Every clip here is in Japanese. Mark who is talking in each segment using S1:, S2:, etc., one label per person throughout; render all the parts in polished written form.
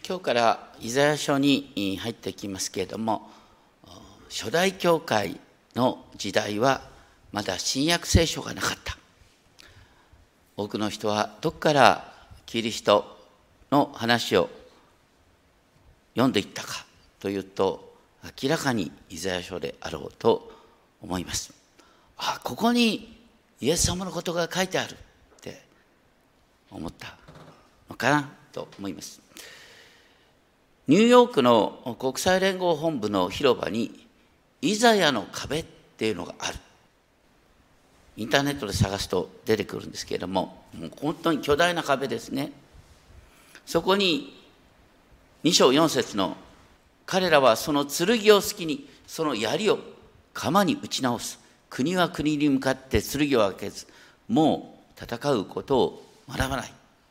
S1: 今日からイザヤ書に入ってきますけれども、初代教会の時代はまだ新約聖書がなかった。多くの人はどこからキリストの話を読んでいったかというと、明らかにイザヤ書であろうと思います。ここにイエス様のことが書いてあるって思ったのかなと思います。ニューヨークの国際連合本部の広場にイザヤの壁っていうのがある。インターネットで探すと出てくるんですけれども、本当に巨大な壁ですね。そこに2章4節の彼らはその剣を隙にその槍を鎌に打ち直す。国は国に向かって剣を開けず、もう戦うことを学ばない。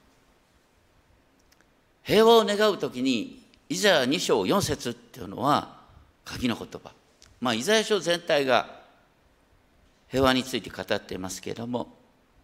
S1: 平和を願うときにイザヤ2章4節っていうのは鍵の言葉。イザヤ書全体が平和について語っていますけれども、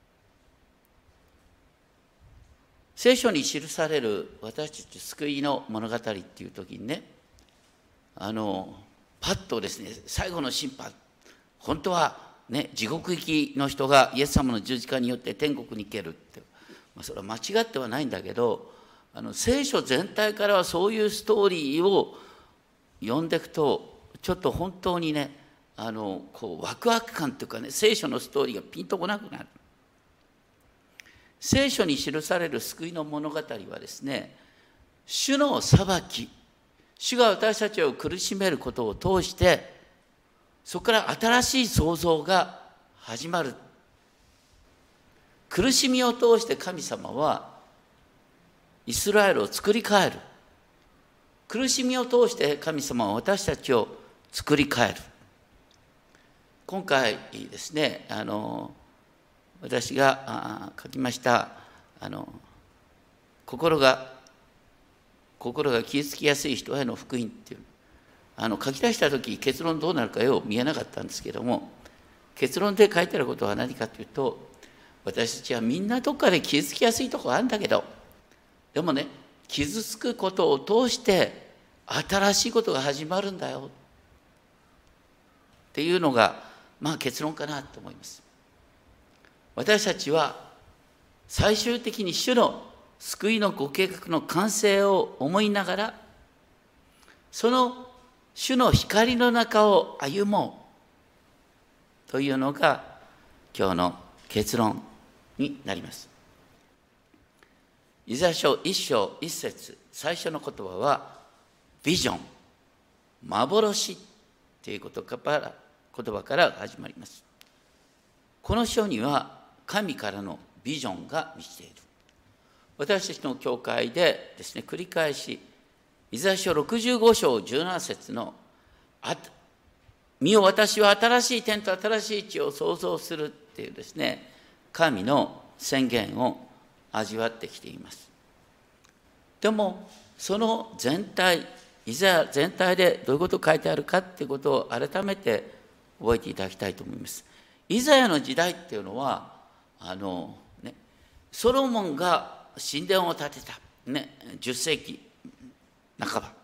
S1: 聖書に記される私たち救いの物語っていう時にね、パッとですね、最後の審判、本当はね、地獄行きの人がイエス様の十字架によって天国に行けるって、それは間違ってはないんだけど、聖書全体からはそういうストーリーを読んでいくと、ちょっと本当にね、ワクワク感というかね、聖書のストーリーがピンとこなくなる。聖書に記される救いの物語はですね、主の裁き、主が私たちを苦しめることを通して、そこから新しい創造が始まる。苦しみを通して神様はイスラエルを作り変える。苦しみを通して神様は私たちを作り変える。今回ですね、私が書きました心が傷つきやすい人への福音っていう書き出した時結論どうなるかよう見えなかったんですけども、結論で書いてあることは何かというと、私たちはみんなどっかで傷つきやすいところあるんだけど、でもね、傷つくことを通して新しいことが始まるんだよっていうのが結論かなと思います。私たちは最終的に主の救いのご計画の完成を思いながら、その主の光の中を歩もうというのが今日の結論になります。イザヤ書1章1節、最初の言葉はビジョン、幻という言葉から始まります。この書には神からのビジョンが満ちている。私たちの教会でですね、繰り返しイザヤ書65章17節の見よ私は新しい天と新しい地を創造するっていうですね、神の宣言を味わってきています。でもその全体、イザヤ全体でどういうことが書いてあるかっていうことを改めて覚えていただきたいと思います。イザヤの時代っていうのはソロモンが神殿を建てた、10世紀半ば、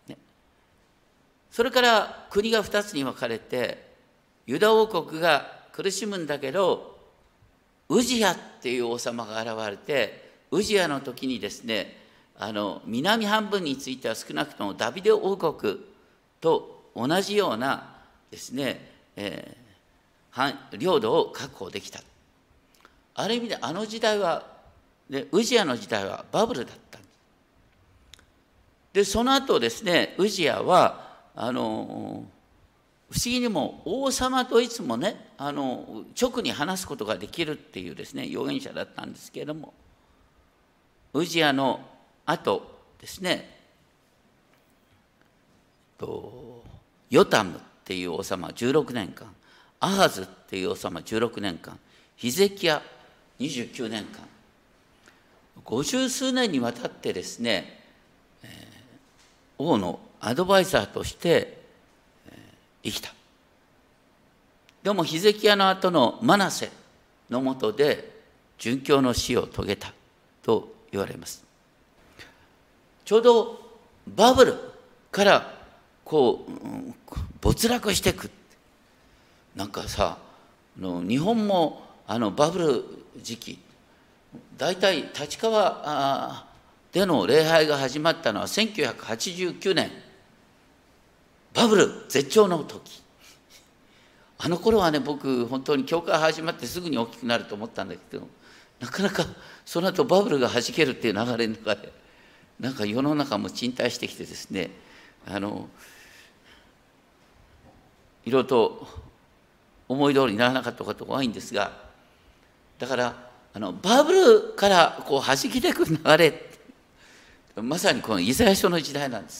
S1: それから国が2つに分かれてユダ王国が苦しむんだけど、ウジヤっていう王様が現れて、ウジヤの時にですね、南半分については少なくともダビデ王国と同じようなですね、領土を確保できた。ある意味で時代は、ウジヤの時代はバブルだった。でその後ですね、ウジヤは不思議にも王様といつもね、直に話すことができるっていうですね、預言者だったんですけれども、ウジヤの後ですね、ヨタムっていう王様16年間、アハズっていう王様16年間、ヒゼキヤ29年間、50数年にわたってですね、王のアドバイザーとして生きた。でもヒゼキヤの後のマナセの下で殉教の死を遂げたと言われます。 ちょうどバブルからこう、没落していく。なんかさ、日本もバブル時期、大体立川での礼拝が始まったのは1989年、バブル絶頂の時。あの頃はね、僕本当に教会始まってすぐに大きくなると思ったんだけど、なかなかその後バブルがはじけるっていう流れの中で、なんか世の中も沈滞してきてですね、いろいろと思い通りにならなかったことが多いんですが、だからバブルからこう弾きてく流れ、まさにこのイザヤ書の時代なんです。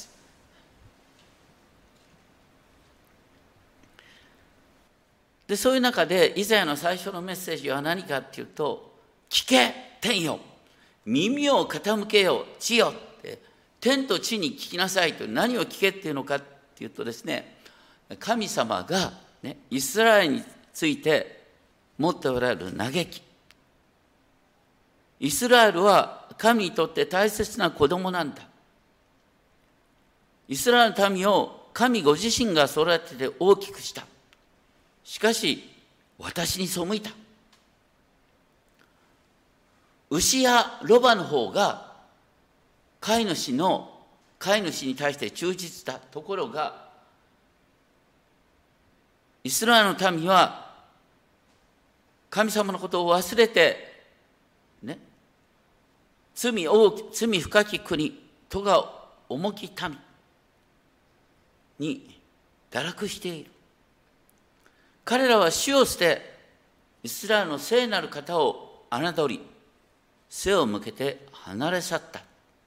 S1: でそういう中でイザヤの最初のメッセージは何かっていうと、聞け天よ、耳を傾けよ地よって、天と地に聞きなさいと。何を聞けっていうのかっていうとですね、神様が、ね、イスラエルについて持っておられる嘆き。イスラエルは神にとって大切な子供なんだ。イスラエルの民を神ご自身が育てて大きくした。しかし私に背いた。牛やロバの方が飼い主に対して忠実だ。ところがイスラエルの民は神様のことを忘れてね、罪深き国、とが重き民に堕落している。彼らは主を捨て、イスラエルの聖なる方を侮り、背を向けて離れ去った。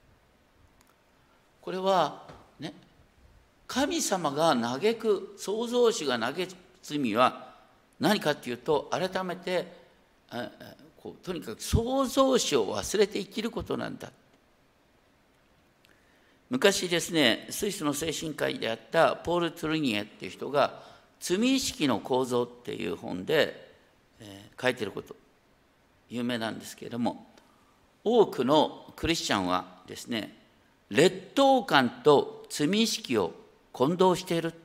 S1: これはね、神様が嘆く、創造主が嘆く罪は何かっていうと、改めてとにかく創造主を忘れて生きることなんだ。昔ですね、スイスの精神科医であったポール・トゥルニエっていう人が罪意識の構造っていう本で、書いてること有名なんですけれども、多くのクリスチャンはですね、劣等感と罪意識を混同している。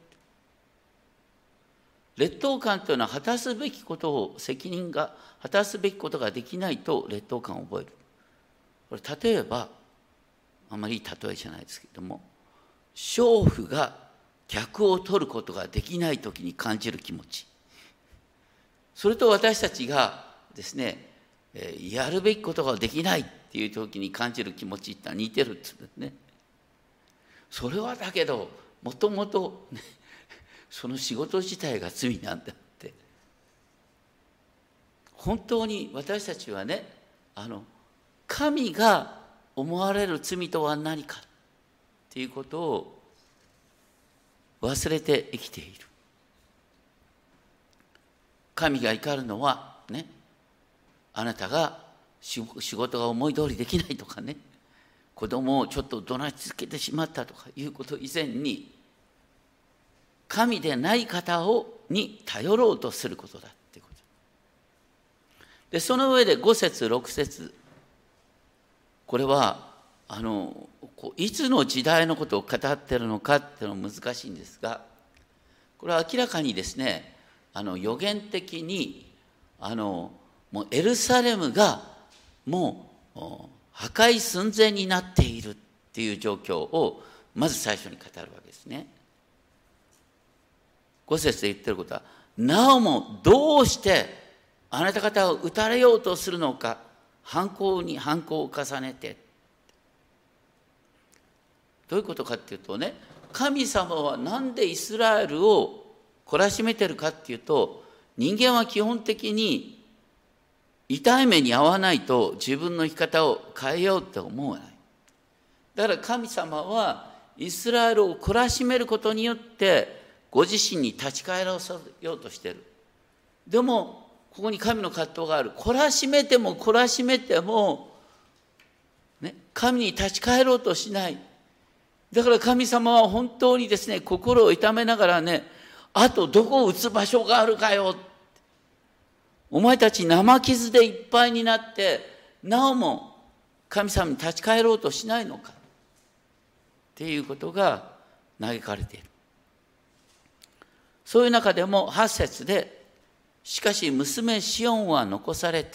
S1: 劣等感というのは果たすべきことを果たすべきことができないと劣等感を覚える。これ例えばあまりいい例えじゃないですけれども、娼婦が客を取ることができないときに感じる気持ち、それと私たちがですね、やるべきことができないっていうときに感じる気持ちって似てるって言うんですね。それはだけどもともとその仕事自体が罪なんだって。本当に私たちはね、神が思われる罪とは何かっていうことを忘れて生きている。神が怒るのはね、あなたが仕事が思い通りできないとかね、子供をちょっと怒鳴りつけてしまったとかいうこと以前に、神でない方に頼ろうとすることだっていうことで、その上で5節6節、これはいつの時代のことを語っているのかっていうのは難しいんですが、これは明らかにですね、予言的にもうエルサレムがもう破壊寸前になっているっていう状況をまず最初に語るわけですね。5節で言ってることは、なおもどうしてあなた方を撃たれようとするのか、犯行に犯行を重ねて。どういうことかっていうとね、神様はなんでイスラエルを懲らしめてるかっていうと、人間は基本的に痛い目に遭わないと自分の生き方を変えようって思わない。だから神様はイスラエルを懲らしめることによってご自身に立ち返らせようとしている。でもここに神の葛藤がある。懲らしめても懲らしめても、ね、神に立ち返ろうとしない。だから神様は本当にですね、心を痛めながらね、あとどこを打つ場所があるかよ。お前たち生傷でいっぱいになって、なおも神様に立ち返ろうとしないのか。 っていうことが嘆かれている。そういう中でも8節で、しかし娘シオンは残された。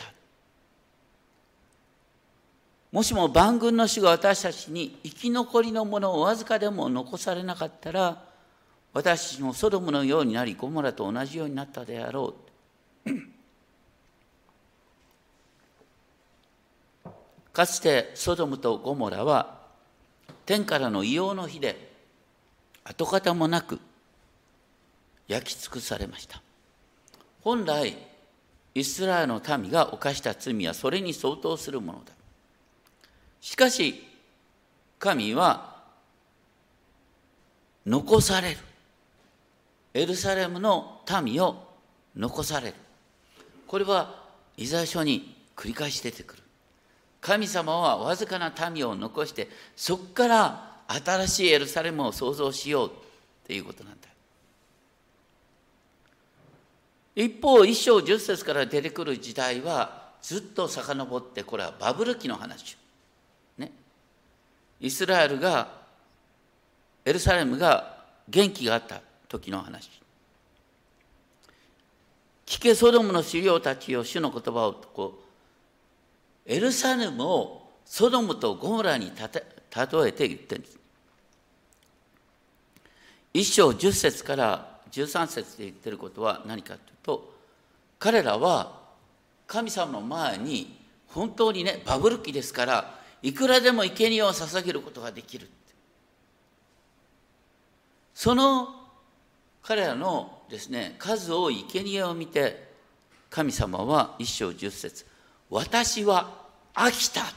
S1: もしも万軍の主が私たちに生き残りのものをわずかでも残されなかったら、私たちもソドムのようになり、ゴモラと同じようになったであろう。かつてソドムとゴモラは天からの硫黄の火で跡形もなく焼き尽くされました。本来イスラエルの民が犯した罪はそれに相当するものだ。しかし神は残される、エルサレムの民を残される。これはイザヤ書に繰り返し出てくる。神様はわずかな民を残して、そこから新しいエルサレムを創造しようということなんだ。一方、1章10節から出てくる時代はずっと遡って、これはバブル期の話。ね。イスラエルが、エルサレムが元気があった時の話。聞けソドムの首領たちよ、主の言葉をエルサレムをソドムとゴモラに例えて言ってるんです。1章10節から13節で言ってることは何かというと、彼らは神様の前に本当にね、バブル期ですから、いくらでも生贄を捧げることができる。その彼らのですね、数多い生贄を見て、神様は1章10節、私は飽きた。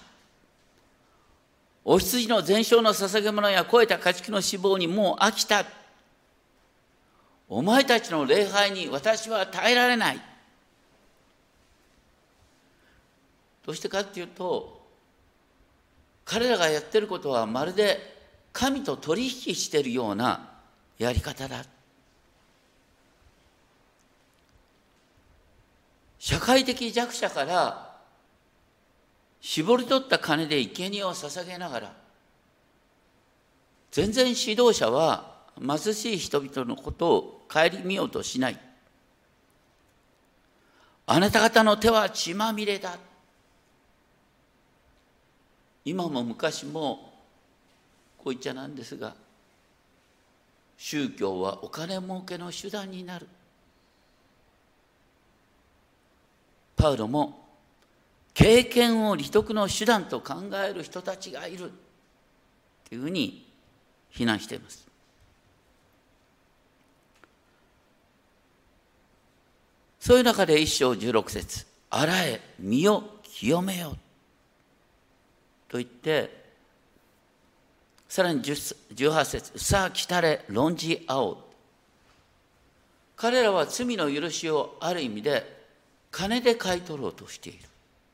S1: お羊の全焼の捧げ物や肥えた家畜の脂肪にもう飽きた。お前たちの礼拝に私は耐えられない。どうしてかっていうと、彼らがやってることはまるで神と取引しているようなやり方だ。社会的弱者から絞り取った金で生贄を捧げながら、全然指導者は貧しい人々のことを顧みようとしない。あなた方の手は血まみれだ。今も昔もこう言っちゃなんですが、宗教はお金儲けの手段になる。パウロも経験を利得の手段と考える人たちがいるというふうに非難しています。そういう中で1章16節、洗え、身を清めよと言って、さらに18節、さあ来たれ、論じ合おう。彼らは罪の許しをある意味で金で買い取ろうとしている。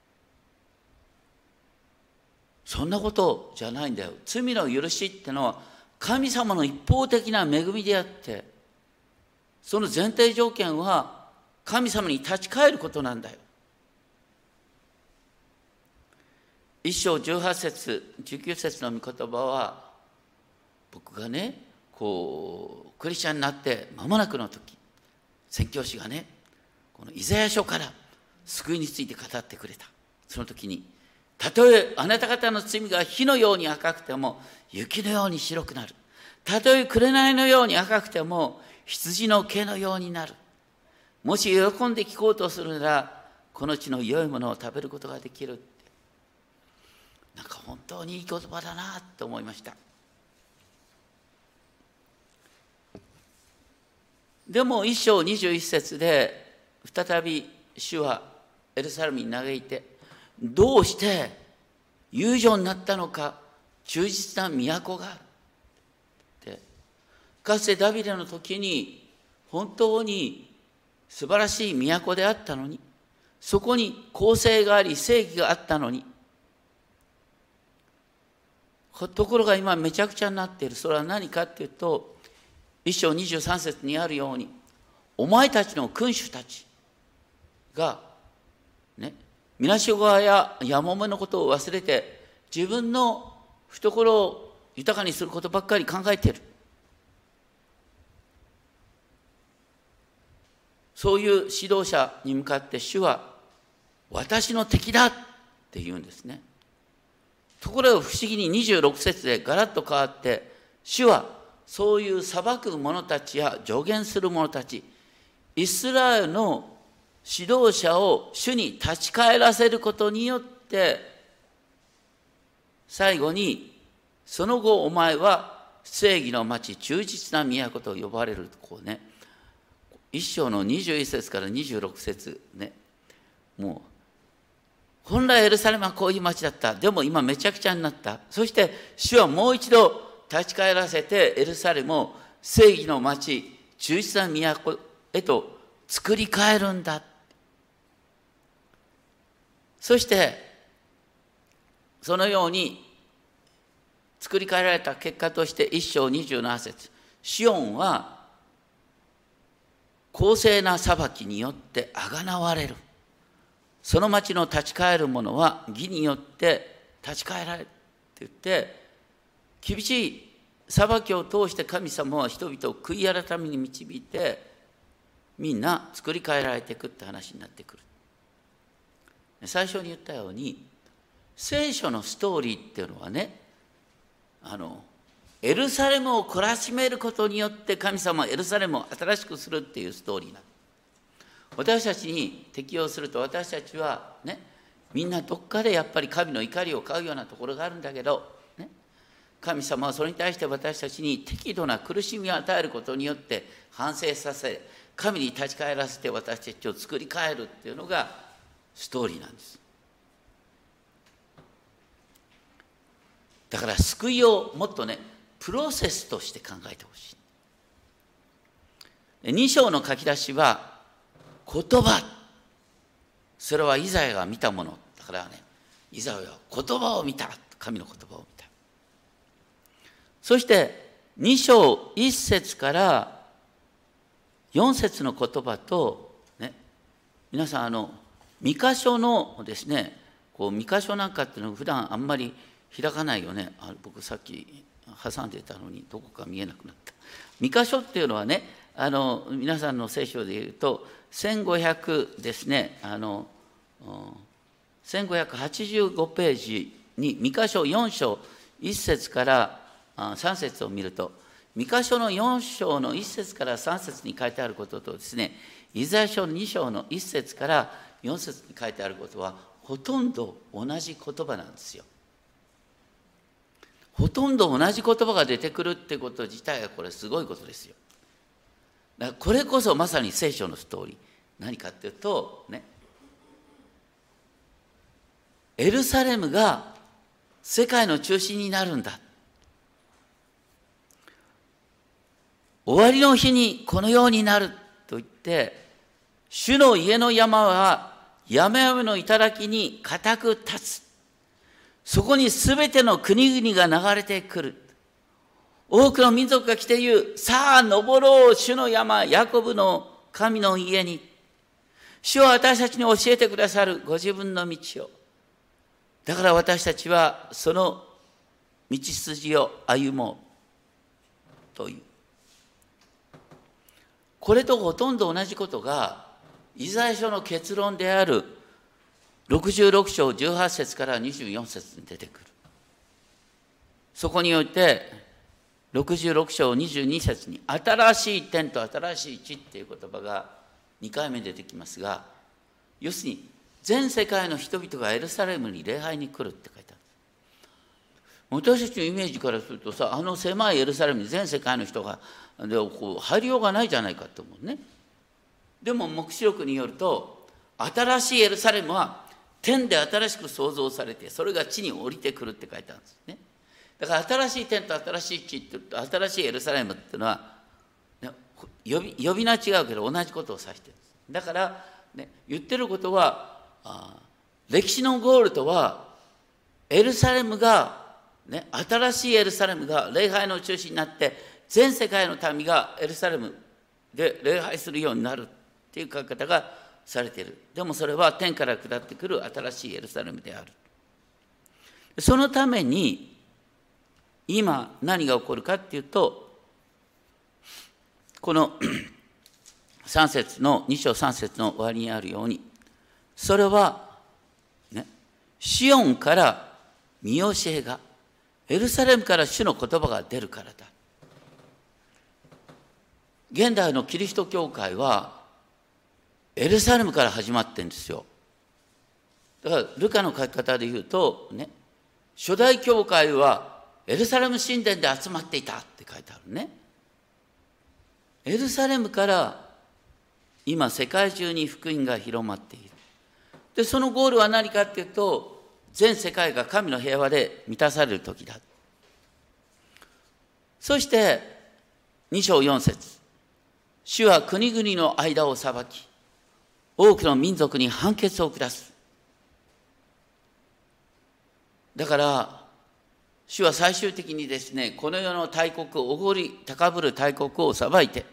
S1: そんなことじゃないんだよ。罪の許しってのは神様の一方的な恵みであって、その前提条件は神様に立ち返ることなんだよ。1章18節19節の御言葉は、僕がねクリスチャンになって間もなくの時、宣教師がねこのイザヤ書から救いについて語ってくれた。その時に、たとえあなた方の罪が火のように赤くても雪のように白くなる。たとえ紅のように赤くても羊の毛のようになる。もし喜んで聞こうとするなら、この地の良いものを食べることができるって。なんか本当にいい言葉だなと思いました。でも1章21節で再び主はエルサレムに嘆いて、どうして遊女になったのか、忠実な都があるって。かつてダビデの時に本当に素晴らしい都であったのに、そこに公正があり正義があったのに、ところが今めちゃくちゃになっている。それは何かっていうと、1章23節にあるように、お前たちの君主たちがね、みなしごわややもめのことを忘れて、自分の懐を豊かにすることばっかり考えている。そういう指導者に向かって主は私の敵だって言うんですね。ところが不思議に26節でガラッと変わって、主はそういう裁く者たちや助言する者たち、イスラエルの指導者を主に立ち返らせることによって、最後にその後お前は正義の町、忠実な都と呼ばれる。こうね、一章の21節から26節ね、もう本来エルサレムはこういう町だった。でも今めちゃくちゃになった。そして主はもう一度立ち返らせてエルサレムを正義の町、忠実な都へと作り変えるんだ。そしてそのように作り変えられた結果として一章27節、シオンは公正な裁きによってあがなわれる。その町の立ち返る者は義によって立ち返られるって言って、厳しい裁きを通して神様は人々を悔い改めに導いて、みんな作り変えられていくって話になってくる。最初に言ったように、聖書のストーリーっていうのはね、エルサレムを懲らしめることによって神様はエルサレムを新しくするっていうストーリーなんです。私たちに適用すると、私たちはね、みんなどっかでやっぱり神の怒りを買うようなところがあるんだけど、ね、神様はそれに対して私たちに適度な苦しみを与えることによって反省させ、神に立ち返らせて私たちを作り変えるっていうのがストーリーなんです。だから救いをもっとね、プロセスとして考えてほしい。2章の書き出しは言葉、それはイザヤが見たものだからね、イザヤは言葉を見た、神の言葉を見た。そして2章1節から4節の言葉とね、皆さん御箇所のですね、こう御箇所なんかっていうのを普段あんまり開かないよね。僕さっき挟んでたのにどこか見えなくなった。御箇所っていうのはね、皆さんの聖書でいうと1500ですね、1585ページに御箇所4章1節から3節を見ると、御箇所の4章の1節から3節に書いてあることとですね、イザヤ書2章の1節から4節に書いてあることはほとんど同じ言葉なんですよ。ほとんど同じ言葉が出てくるってこと自体がこれすごいことですよ。だからこれこそまさに聖書のストーリー。何かっていうとね、エルサレムが世界の中心になるんだ。終わりの日にこのようになると言って、主の家の山は山々の頂に固く立つ。そこにすべての国々が流れてくる。多くの民族が来て言う。さあ登ろう、主の山、ヤコブの神の家に。主は私たちに教えてくださるご自分の道を。だから私たちはその道筋を歩もうという。これとほとんど同じことがイザヤ書の結論である66章18節から24節に出てくる。そこにおいて66章22節に新しい天と新しい地っていう言葉が2回目出てきますが、要するに全世界の人々がエルサレムに礼拝に来るって書いてある。私たちのイメージからするとさ、狭いエルサレムに全世界の人が入りようがないじゃないかと思うね。でも黙示録によると、新しいエルサレムは天で新しく創造されて、それが地に降りてくるって書いてあるんですね。だから新しい天と新しい地って言うと、新しいエルサレムっていうのは、呼び名違うけど同じことを指してるんです。だから、ね、言ってることは、歴史のゴールとは、エルサレムが、ね、新しいエルサレムが礼拝の中心になって、全世界の民がエルサレムで礼拝するようになるっていう書き方がされている。でもそれは天から下ってくる新しいエルサレムである。そのために今何が起こるかっていうと、この3節の2章3節の終わりにあるように、それはね、シオンから見教えが、エルサレムから主の言葉が出るからだ。現代のキリスト教会はエルサレムから始まってるんですよ。だからルカの書き方で言うとね、初代教会はエルサレム神殿で集まっていたって書いてあるね。エルサレムから今世界中に福音が広まっている。でそのゴールは何かっていうと、全世界が神の平和で満たされる時だ。そして2章4節、主は国々の間を裁き、多くの民族に判決を下す。だから主は最終的にですね、この世の大国、おごり高ぶる大国を裁いて、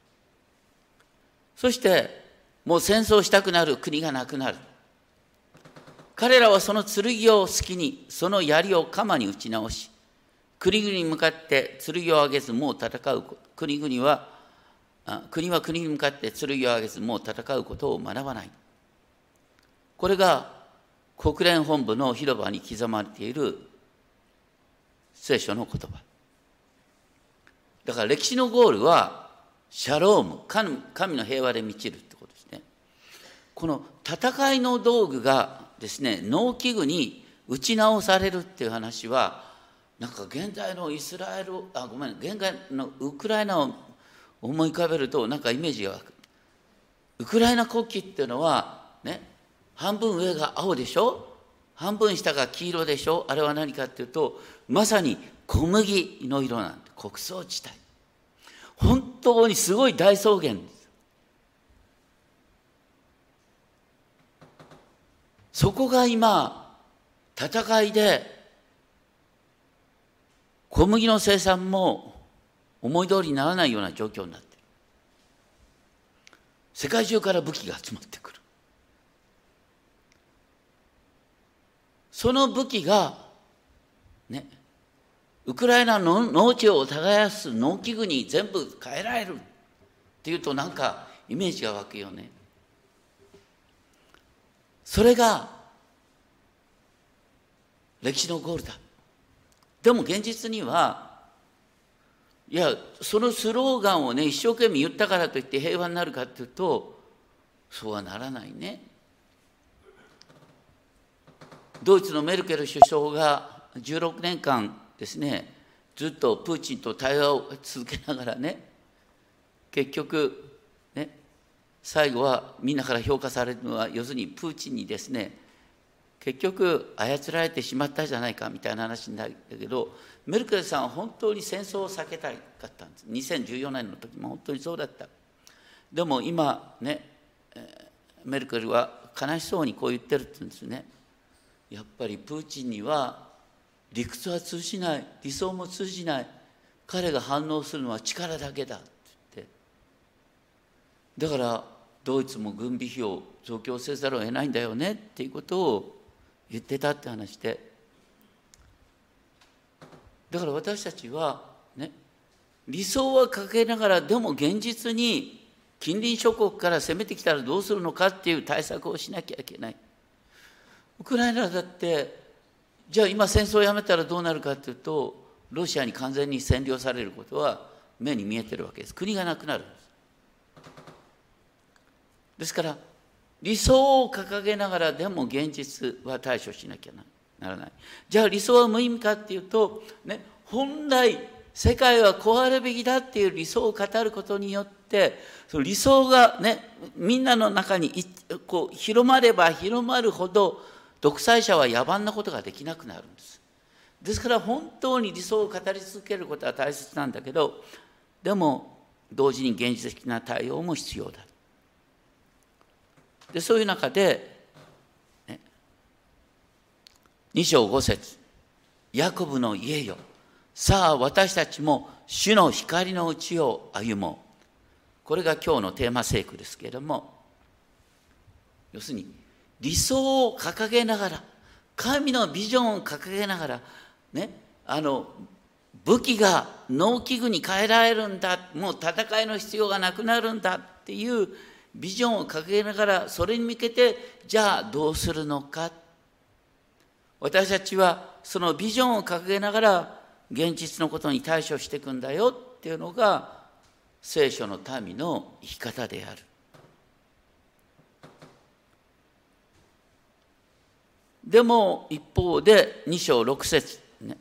S1: そしてもう戦争したくなる国がなくなる。彼らはその剣を隙に、その槍を鎌に打ち直し、国々に向かって剣を上げずもう戦う。国は国に向かって剣を上げずもう戦うことを学ばない。これが国連本部の広場に刻まれている聖書の言葉。だから歴史のゴールはシャローム、神の平和で満ちるってことですね。この戦いの道具がですね、農機具に打ち直されるっていう話は、なんか現在の現在のウクライナを思い浮かべるとなんかイメージが湧く。ウクライナ国旗っていうのはね、半分上が青でしょ、半分下が黄色でしょ。あれは何かっていうと、まさに小麦の色なんで、穀倉地帯。本当にすごい大草原です。そこが今戦いで小麦の生産も思い通りにならないような状況になっている。世界中から武器が集まってくる。その武器がね、ウクライナの農地を耕す農機具に全部変えられるっていうと、なんかイメージが湧くよね。それが歴史のゴールだ。でも現実には、いや、そのスローガンをね、一生懸命言ったからといって平和になるかっていうと、そうはならないね。ドイツのメルケル首相が16年間ですね、ずっとプーチンと対話を続けながらね、結局ね、最後はみんなから評価されるのは、要するにプーチンにですね、結局操られてしまったじゃないかみたいな話になるけど、メルケルさんは本当に戦争を避けたかったんです。2014年の時も本当にそうだった。でも今ね、メルケルは悲しそうにこう言ってるって言うんですね。やっぱりプーチンには理屈は通じない、理想も通じない、彼が反応するのは力だけだって言って、だからドイツも軍備費を増強せざるを得ないんだよねっていうことを言ってたって話で、だから私たちはね、理想は掲げながら、でも現実に近隣諸国から攻めてきたらどうするのかっていう対策をしなきゃいけない。ウクライナだって、じゃあ今戦争をやめたらどうなるかっていうと、ロシアに完全に占領されることは目に見えてるわけです。国がなくなるんです。ですから理想を掲げながら、でも現実は対処しなきゃならない。じゃあ理想は無意味かっていうと、ね、本来世界はこうあるべきだっていう理想を語ることによって、その理想がね、みんなの中にこう広まれば広まるほど、独裁者は野蛮なことができなくなるんです。ですから本当に理想を語り続けることは大切なんだけど、でも同時に現実的な対応も必要だ。でそういう中で、ね、2章5節、ヤコブの家よ、さあ私たちも主の光のうちを歩もう。これが今日のテーマ聖句ですけれども、要するに理想を掲げながら、神のビジョンを掲げながらね、 武器が農機具に変えられるんだ、もう戦いの必要がなくなるんだっていうビジョンを掲げながら、それに向けてじゃあどうするのか。私たちはそのビジョンを掲げながら現実のことに対処していくんだよっていうのが聖書の民の生き方である。でも一方で2章6節ね、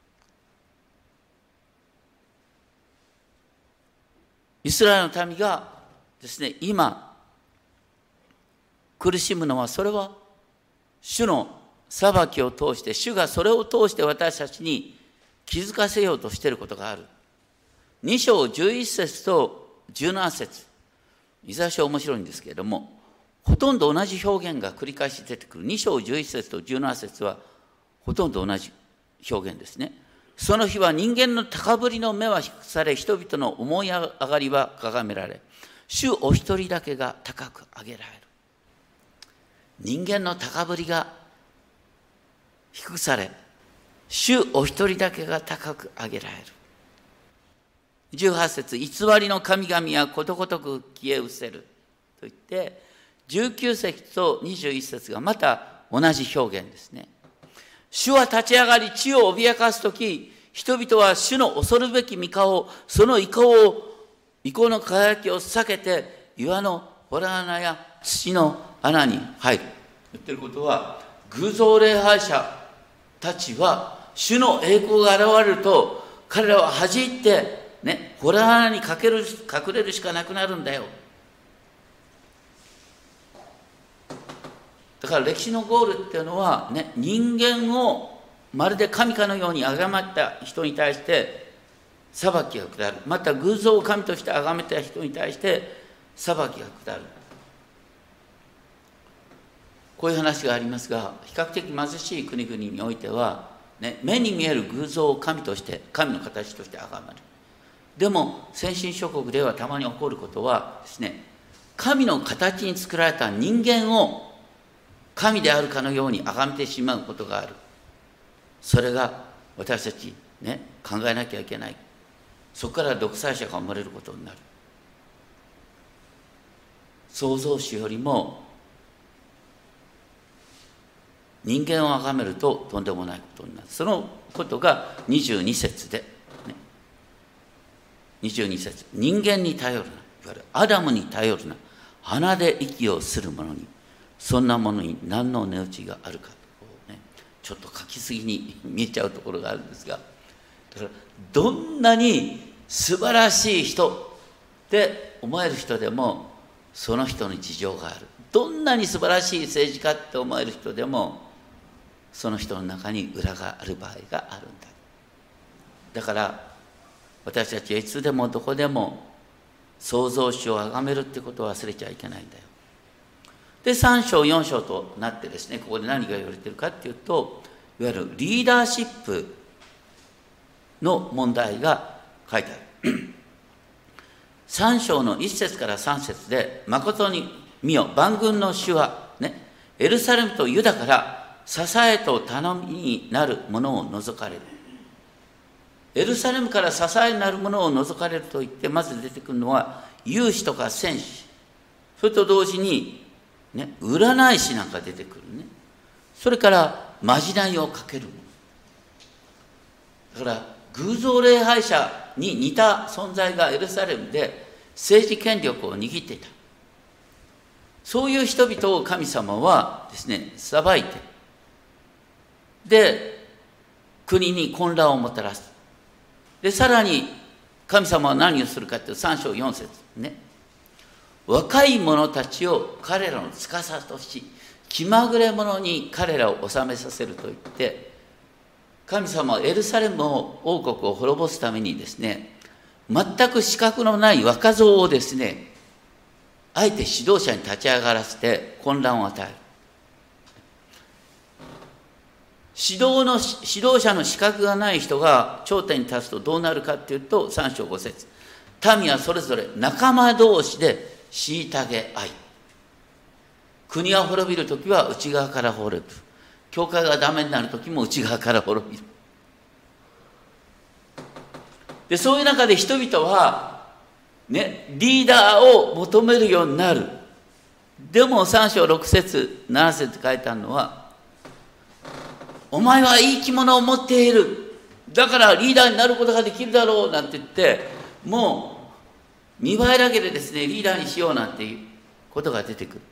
S1: イスラエルの民がですね、今苦しむのは、それは主の裁きを通して、主がそれを通して私たちに気づかせようとしていることがある。2章11節と17節、イザヤ書面白いんですけれども、ほとんど同じ表現が繰り返し出てくる。2章11節と17節はほとんど同じ表現ですね。その日は人間の高ぶりの目は低くされ、人々の思い上がりは掲められ、主お一人だけが高く上げられる。人間の高ぶりが低くされ、主お一人だけが高く上げられる。18節、偽りの神々はことごとく消え失せると言って、19節と21節がまた同じ表現ですね。主は立ち上がり地を脅かすとき、人々は主の恐るべき御顔、その意向の輝きを避けて、岩の洞穴や土の穴に入る。言ってることは、偶像礼拝者たちは主の栄光が現れると、彼らは弾いてね、洞穴に隠れるしかなくなるんだよ。だから歴史のゴールっていうのは、ね、人間をまるで神かのように崇めた人に対して裁きが下る。また偶像を神として崇めた人に対して裁きが下る。こういう話がありますが、比較的貧しい国々においては、ね、目に見える偶像を神として、神の形として崇める。でも先進諸国ではたまに起こることはですね、神の形に作られた人間を神であるかのように崇めてしまうことがある。それが私たちね、考えなきゃいけない。そこから独裁者が生まれることになる。創造主よりも人間を崇めるととんでもないことになる。そのことが22節で、ね、22節、人間に頼るな、いわゆるアダムに頼るな、鼻で息をする者に、そんなものに何の値打ちがあるか、ね、ちょっと書きすぎに見えちゃうところがあるんですが、だからどんなに素晴らしい人って思える人でもその人に事情がある。どんなに素晴らしい政治家って思える人でもその人の中に裏がある場合があるんだ。だから私たちはいつでもどこでも創造主を崇めるってことを忘れちゃいけないんだよ。で3章4章となってですね、ここで何が言われているかっていうと、いわゆるリーダーシップの問題が書いてある。3章の1節から3節で、誠に見よ、万軍の主は、ね、エルサレムとユダから支えと頼みになるものを除かれる。エルサレムから支えになるものを除かれると言って、まず出てくるのは勇士とか戦士、それと同時にね、占い師なんか出てくるね。それからまじないをかけるもの。だから偶像礼拝者に似た存在がエルサレムで政治権力を握っていた。そういう人々を神様はですね、裁いて、で国に混乱をもたらす。でさらに神様は何をするかというと、3章4節ね、若い者たちを彼らの司とし、気まぐれ者に彼らを治めさせると言って、神様はエルサレム王国を滅ぼすためにですね、全く資格のない若造をですね、あえて指導者に立ち上がらせて混乱を与える。指導者の資格がない人が頂点に立つとどうなるかっていうと、3章5節、民はそれぞれ仲間同士で虐げ合い、国が滅びるときは内側から滅ぶ。教会がダメになるときも内側から滅びる。 で、そういう中で人々は、ね、リーダーを求めるようになる。でも3章6節7節書いてあるのは、お前はいい着物を持っている。だからリーダーになることができるだろうなんて言って、もう見栄えだけでですね、リーダーにしようなんていうことが出てくる。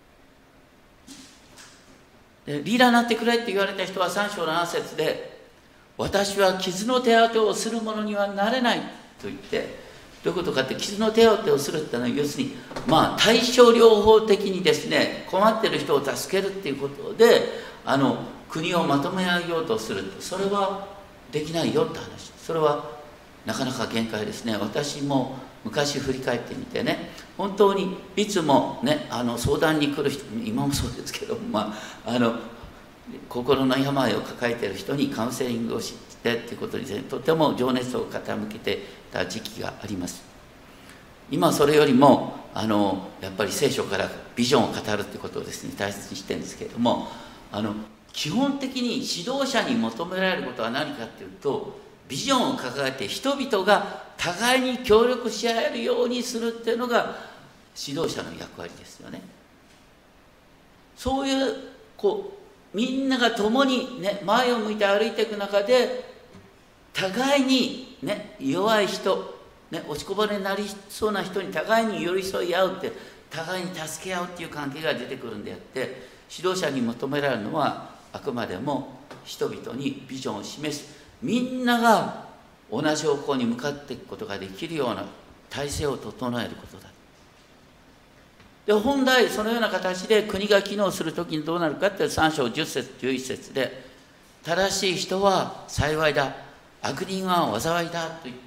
S1: でリーダーになってくれって言われた人は3章7節で、私は傷の手当てをする者にはなれないと言って、どういうことかって、傷の手当てをするってのは、要するに対症療法的にですね、困ってる人を助けるっていうことで国をまとめ上げようとする。それはできないよって話。それはなかなか限界ですね。私も昔振り返ってみてね、本当にいつもね、相談に来る人、今もそうですけど、心の病を抱えている人にカウンセリングをしてっていうことに、とても情熱を傾けてた時期があります。今はそれよりもやっぱり聖書からビジョンを語るってことをですね、大切にしてるんですけれども、基本的に指導者に求められることは何かっていうと、ビジョンを掲げて人々が互いに協力し合えるようにするっていうのが指導者の役割ですよね。そういうみんなが共にね、前を向いて歩いていく中で、互いにね、弱い人、ね、落ちこぼれになりそうな人に互いに寄り添い合うって、互いに助け合うっていう関係が出てくるんであって、指導者に求められるのはあくまでも人々にビジョンを示す、みんなが同じ方向に向かっていくことができるような体制を整えることだ。で、本来そのような形で国が機能するときにどうなるかって3章10節11節で、正しい人は幸いだ、悪人は災いだと言って、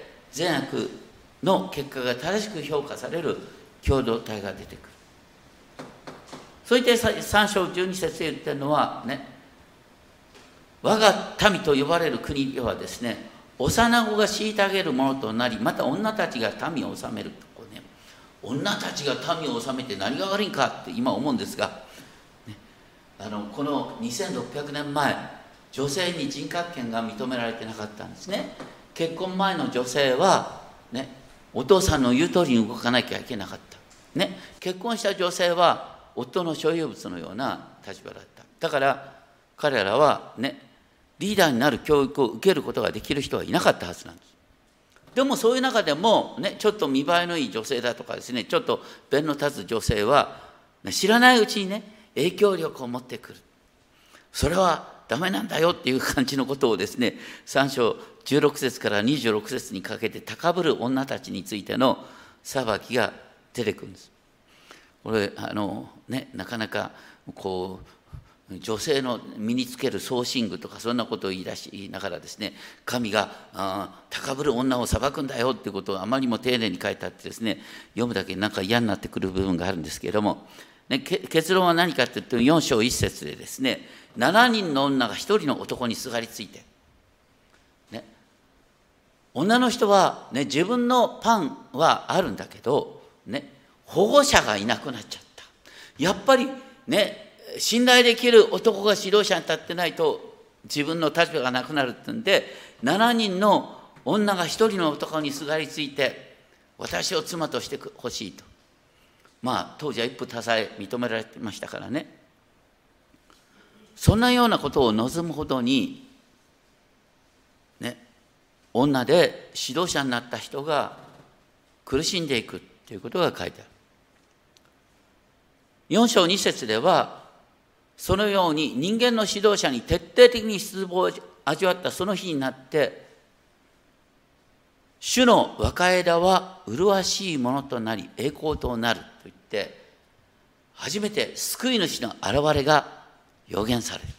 S1: 善悪の結果が正しく評価される共同体が出てくる。そして3章12節で言ってるのはね、我が民と呼ばれる国ではですね、幼子が虐げるものとなり、また女たちが民を治めると。女たちが民を治めて何が悪いんかって今思うんですが、ね、この2600年前、女性に人格権が認められてなかったんですね。結婚前の女性は、ね、お父さんの言う通りに動かなきゃいけなかった、ね、結婚した女性は夫の所有物のような立場だった。だから彼らは、ね、リーダーになる教育を受けることができる人はいなかったはずなんです。でもそういう中でも、ね、ちょっと見栄えのいい女性だとかですね、ちょっと弁の立つ女性は、知らないうちにね、影響力を持ってくる。それはダメなんだよっていう感じのことをですね、3章16節から26節にかけて高ぶる女たちについての裁きが出てくるんです。これなかなか女性の身につける装身具とかそんなことを言いながらですね、神が高ぶる女を裁くんだよっていうことをあまりにも丁寧に書いてあってですね、読むだけなんか嫌になってくる部分があるんですけれども、ね、結論は何かっていうと4章1節でですね、7人の女が1人の男にすがりついて、ね、女の人は、ね、自分のパンはあるんだけど、ね、保護者がいなくなっちゃった。やっぱりね、信頼できる男が指導者に立ってないと自分の立場がなくなるってんで、7人の女が1人の男にすがりついて、私を妻としてほしいと。当時は一夫多妻認められてましたからね。そんなようなことを望むほどに、ね、女で指導者になった人が苦しんでいくということが書いてある。4章2節では、そのように人間の指導者に徹底的に失望を味わったその日になって、主の若枝は麗しいものとなり栄光となると言って、初めて救い主の現れが予言される。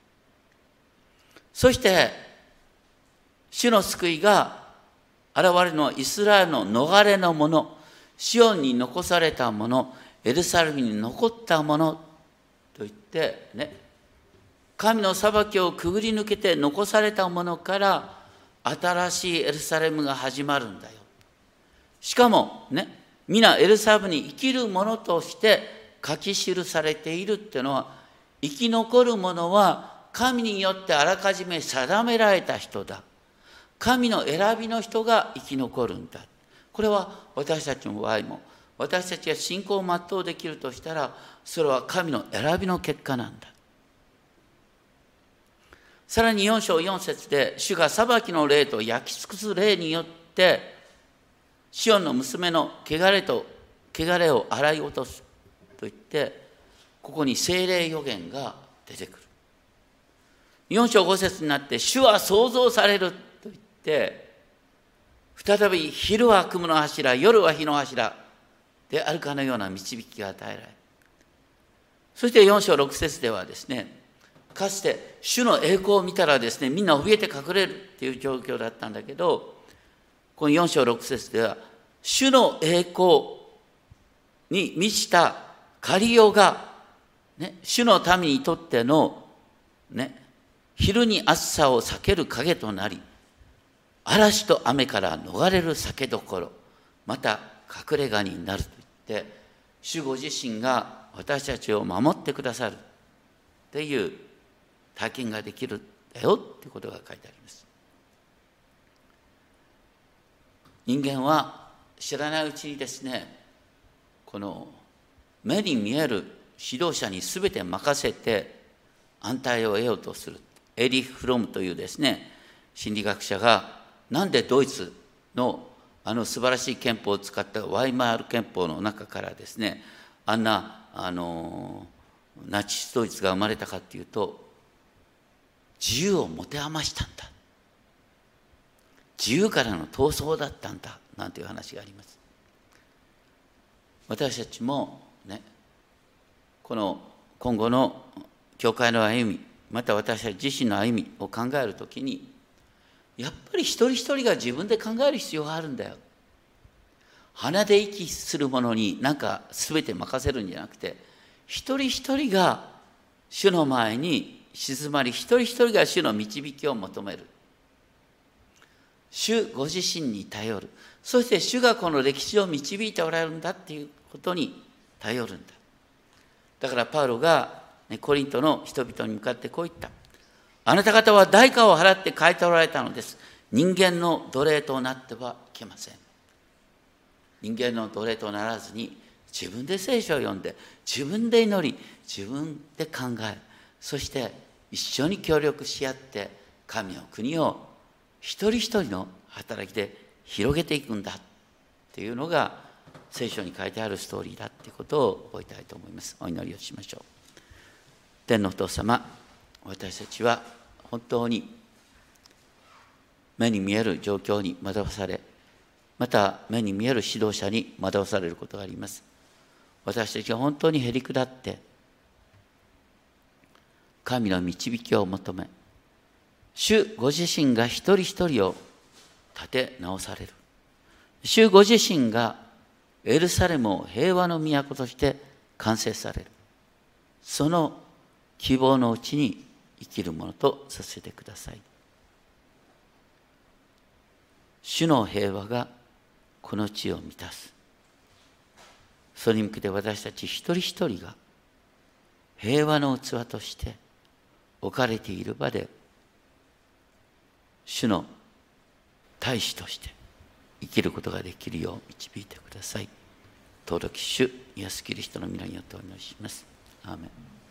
S1: そして主の救いが現れるのはイスラエルの逃れの者、シオンに残された者、エルサレムに残った者と言ってね、神の裁きをくぐり抜けて残されたものから新しいエルサレムが始まるんだよ。しかもね、皆エルサレムに生きるものとして書き記されているっていうのは、生き残る者は神によってあらかじめ定められた人だ。 神の選びの人が生き残るんだ。これは私たちの場合も、私たちが信仰を全うできるとしたら、それは神の選びの結果なんだ。さらに4章4節で、主が裁きの霊と焼き尽くす霊によって、シオンの娘の汚れを洗い落とすと言って、ここに聖霊予言が出てくる。4章5節になって、主は創造されると言って、再び昼は雲の柱、夜は日の柱であるかのような導きが与えられる。そして4章6節ではですね、かつて主の栄光を見たらですね、みんな怯えて隠れるっていう状況だったんだけど、この4章6節では、主の栄光に満ちた借りようが、ね、主の民にとっての、ね、昼に暑さを避ける影となり、嵐と雨から逃れる酒どころ、また隠れ家になると言って、主ご自身が私たちを守ってくださるっていう体験ができるんだよっていうことが書いてあります。人間は知らないうちにですね、この目に見える指導者に全て任せて安泰を得ようとする。エリフ・フロムというですね、心理学者が、なんでドイツの素晴らしい憲法を使ったワイマール憲法の中からですね、あんなナチスドイツが生まれたかっていうと、自由を持て余したんだ、自由からの闘争だったんだなんていう話があります。私たちもね、この今後の教会の歩み、また私たち自身の歩みを考えるときに、やっぱり一人一人が自分で考える必要があるんだよ。鼻で息するものになんか全て任せるんじゃなくて、一人一人が主の前に静まり、一人一人が主の導きを求める。主ご自身に頼る。そして主がこの歴史を導いておられるんだっていうことに頼るんだ。だからパウロがコリントの人々に向かってこう言った。あなた方は代価を払って買い取られたのです。人間の奴隷となってはいけません。人間の奴隷とならずに、自分で聖書を読んで、自分で祈り、自分で考え、そして一緒に協力し合って、神の国を一人一人の働きで広げていくんだっていうのが、聖書に書いてあるストーリーだっていうことを覚えたいと思います。お祈りをしましょう。天のお父様、私たちは本当に目に見える状況に惑わされ、また目に見える指導者に惑わされることがあります。私たちは本当にへり下って神の導きを求め、主ご自身が一人一人を立て直される。主ご自身がエルサレムを平和の都として完成される。その希望のうちに生きるものとさせてください。主の平和がこの地を満たす。それに向けて私たち一人一人が平和の器として置かれている場で、主の大使として生きることができるよう導いてください。尊き主イエスキリストの皆によってお祈りします。アーメン。